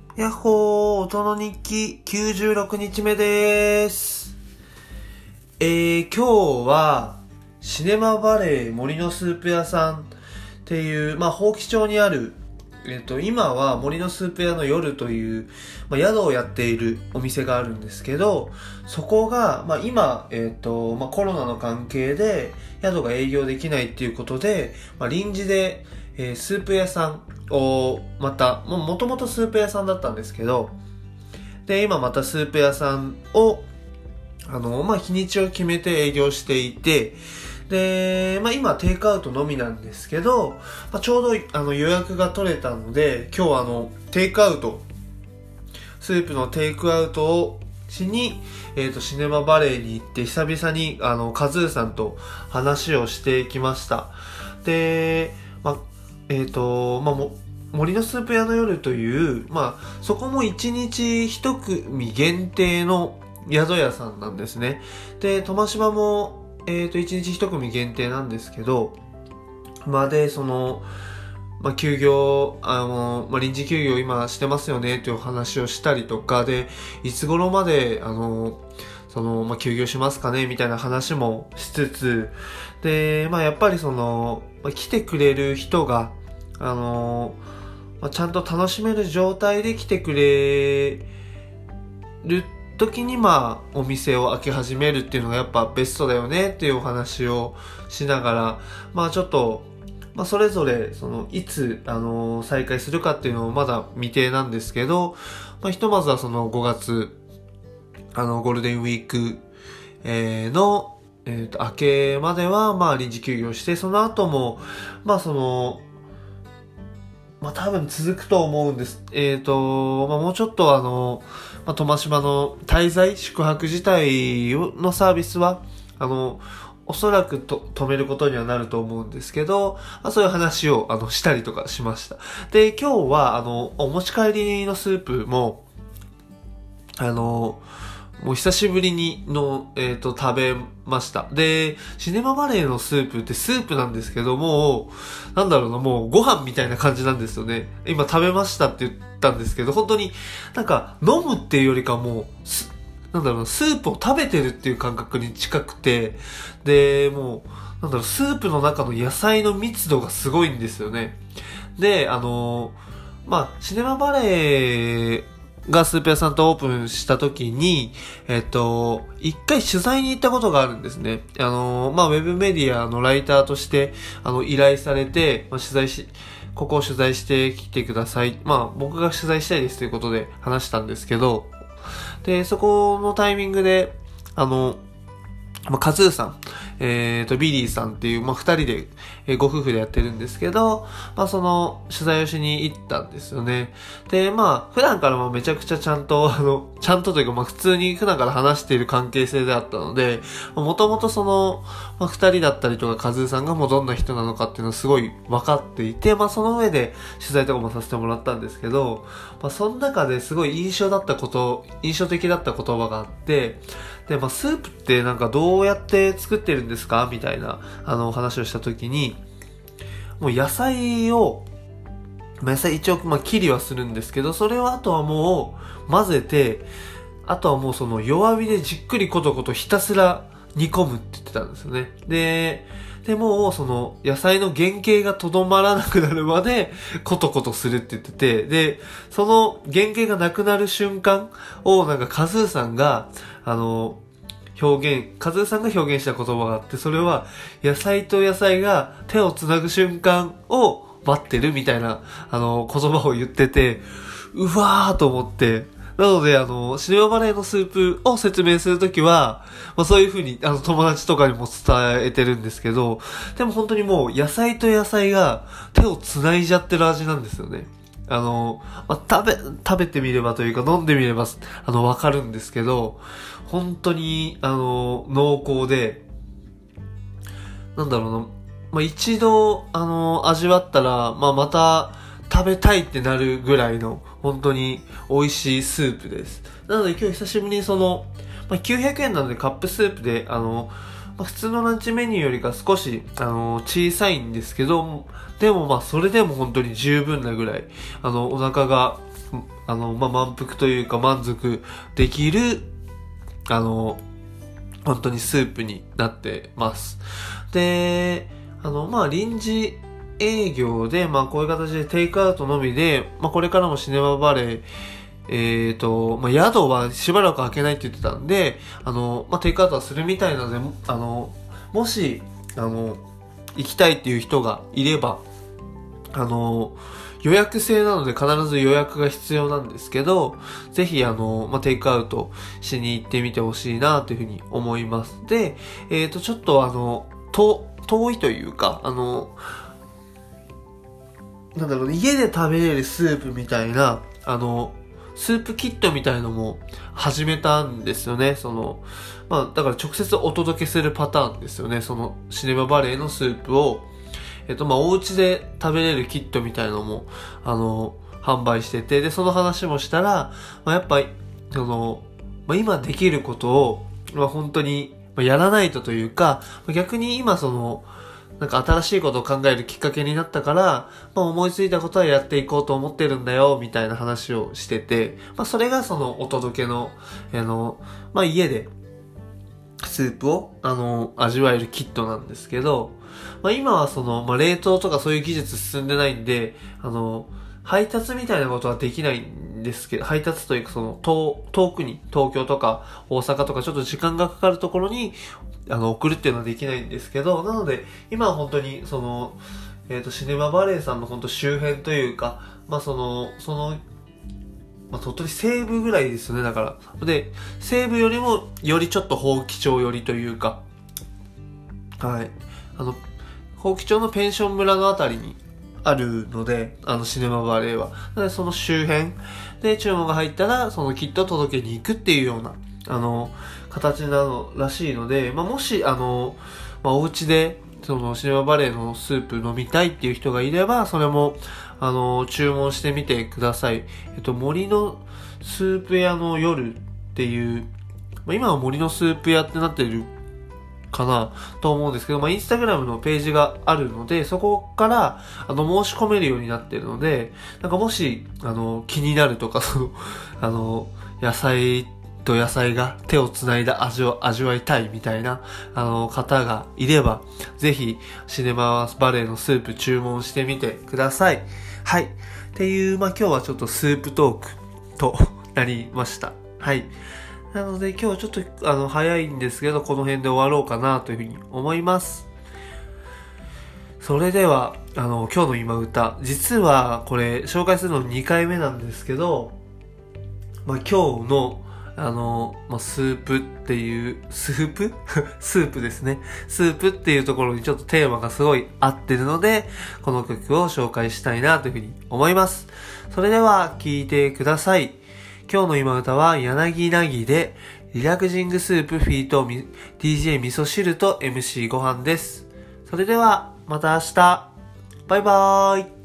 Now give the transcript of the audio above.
やっほー、音の日記96日目でーす。今日は、シネマバレー森のスープ屋さんっていう、宝木町にある、今は森のスープ屋の夜という、宿をやっているお店があるんですけど、そこが、今、コロナの関係で宿が営業できないっていうことで、臨時で、スープ屋さんをもともとスープ屋さんだったんですけど、で、今またスープ屋さんを、日にちを決めて営業していて、で、今テイクアウトのみなんですけど、ちょうど予約が取れたので、今日テイクアウト、スープのテイクアウトをしに、シネマバレーに行って久々にカズーさんと話をしてきました。で、森のスープ屋の夜という、そこも1日1組限定の宿屋さんなんですね。で、トマシバも、1日1組限定なんですけど、休業、臨時休業今してますよねっていう話をしたりとかで、いつ頃まで、休業しますかねみたいな話もしつつ、で、やっぱり来てくれる人が、ちゃんと楽しめる状態で来てくれる時にお店を開け始めるっていうのがやっぱベストだよねっていうお話をしながら、ちょっと、それぞれいつ再開するかっていうのもまだ未定なんですけど、ひとまずは5月ゴールデンウィーク、の明けまでは臨時休業して、その後も多分続くと思うんです。もうちょっとトマシバの滞在、宿泊自体のサービスは、おそらく止めることにはなると思うんですけど、そういう話をしたりとかしました。で、今日はお持ち帰りのスープも、もう久しぶりに食べました。で、シネマバレーのスープってスープなんですけども、もうご飯みたいな感じなんですよね。今食べましたって言ったんですけど、本当に飲むっていうよりかもう、スープを食べてるっていう感覚に近くて、で、もう、スープの中の野菜の密度がすごいんですよね。で、シネマバレー、がスープ屋さんとオープンした時に、一回取材に行ったことがあるんですね。ウェブメディアのライターとして、依頼されて、ここを取材してきてください。僕が取材したいですということで話したんですけど、で、そこのタイミングで、カズーさん、ビリーさんっていう、二人で、ご夫婦でやってるんですけど、取材をしに行ったんですよね。で、普段からもめちゃくちゃちゃんとというか、普通に普段から話している関係性であったので、もともと二人だったりとか、カズーさんがもうどんな人なのかっていうのをすごい分かっていて、その上で取材とかもさせてもらったんですけど、その中ですごい印象的だった言葉があって、で、スープってどうやって作ってるんですかみたいな、話をしたときに、もう野菜一応、切りはするんですけど、それをあとはもう混ぜて、あとはもう弱火でじっくりコトコトひたすら煮込むって言ってたんですよね。でも野菜の原型がとどまらなくなるまでコトコトするって言ってて、で、その原型がなくなる瞬間をカズーさんが、カズーさんが表現した言葉があって、それは野菜と野菜が手をつなぐ瞬間を待ってるみたいな言葉を言ってて、うわーと思って、なのでシネマバレーのスープを説明するときは、そういう風に友達とかにも伝えてるんですけど、でも本当にもう野菜と野菜が手をつないじゃってる味なんですよね。食べてみればというか飲んでみればわかるんですけど、本当に濃厚で、一度味わったらまた食べたいってなるぐらいの本当に美味しいスープです。なので今日久しぶりに900円なのでカップスープで普通のランチメニューよりか少し小さいんですけど、でもそれでも本当に十分なぐらいお腹が満腹というか満足できる、本当にスープになってます。で、臨時営業で、こういう形でテイクアウトのみで、これからもシネマバレー、宿はしばらく開けないって言ってたんで、テイクアウトはするみたいなので、もし、行きたいっていう人がいれば、予約制なので必ず予約が必要なんですけど、ぜひテイクアウトしに行ってみてほしいなというふうに思います。で、ちょっと遠いというか、家で食べれるスープみたいな、スープキットみたいのも始めたんですよね。だから直接お届けするパターンですよね。シネマバレーのスープを、お家で食べれるキットみたいのも、販売してて、で、その話もしたら、やっぱり、今できることを、本当に、やらないとというか、逆に今新しいことを考えるきっかけになったから、思いついたことはやっていこうと思ってるんだよ、みたいな話をしてて、それがお届けの、家で、スープを、味わえるキットなんですけど、今は冷凍とかそういう技術進んでないんで、配達みたいなことはできないんですけど、配達というか遠くに、東京とか大阪とかちょっと時間がかかるところに、送るっていうのはできないんですけど、なので、今は本当に、シネマバレーさんの本当周辺というか、鳥取西部ぐらいですよね、だから。で、西部よりも、よりちょっと宝木町寄りというか、はい。宝木町のペンション村のあたりにあるので、シネマバレーは。なので、その周辺で注文が入ったら、そのキットを届けに行くっていうような、形なのらしいので、もし、お家で、シネマバレーのスープ飲みたいっていう人がいれば、それも、注文してみてください。森のスープ屋の夜っていう、今は森のスープ屋ってなってるかなと思うんですけど、インスタグラムのページがあるので、そこから、申し込めるようになってるので、もし、気になるとか、野菜と野菜が手をつないだ味を味わいたいみたいな、方がいれば、ぜひ、シネマバレーのスープ注文してみてください。はい。っていう、今日はちょっとスープトークとなりました。はい。なので今日はちょっと早いんですけど、この辺で終わろうかなというふうに思います。それでは、今日の今歌、実はこれ紹介するの2回目なんですけど、今日のスープっていう、スープですね。スープっていうところにちょっとテーマがすごい合ってるので、この曲を紹介したいなというふうに思います。それでは聴いてください。今日の今歌は柳なぎでリラクジングスープフィート DJ 味噌汁と MC ご飯です。それではまた明日。バイバーイ。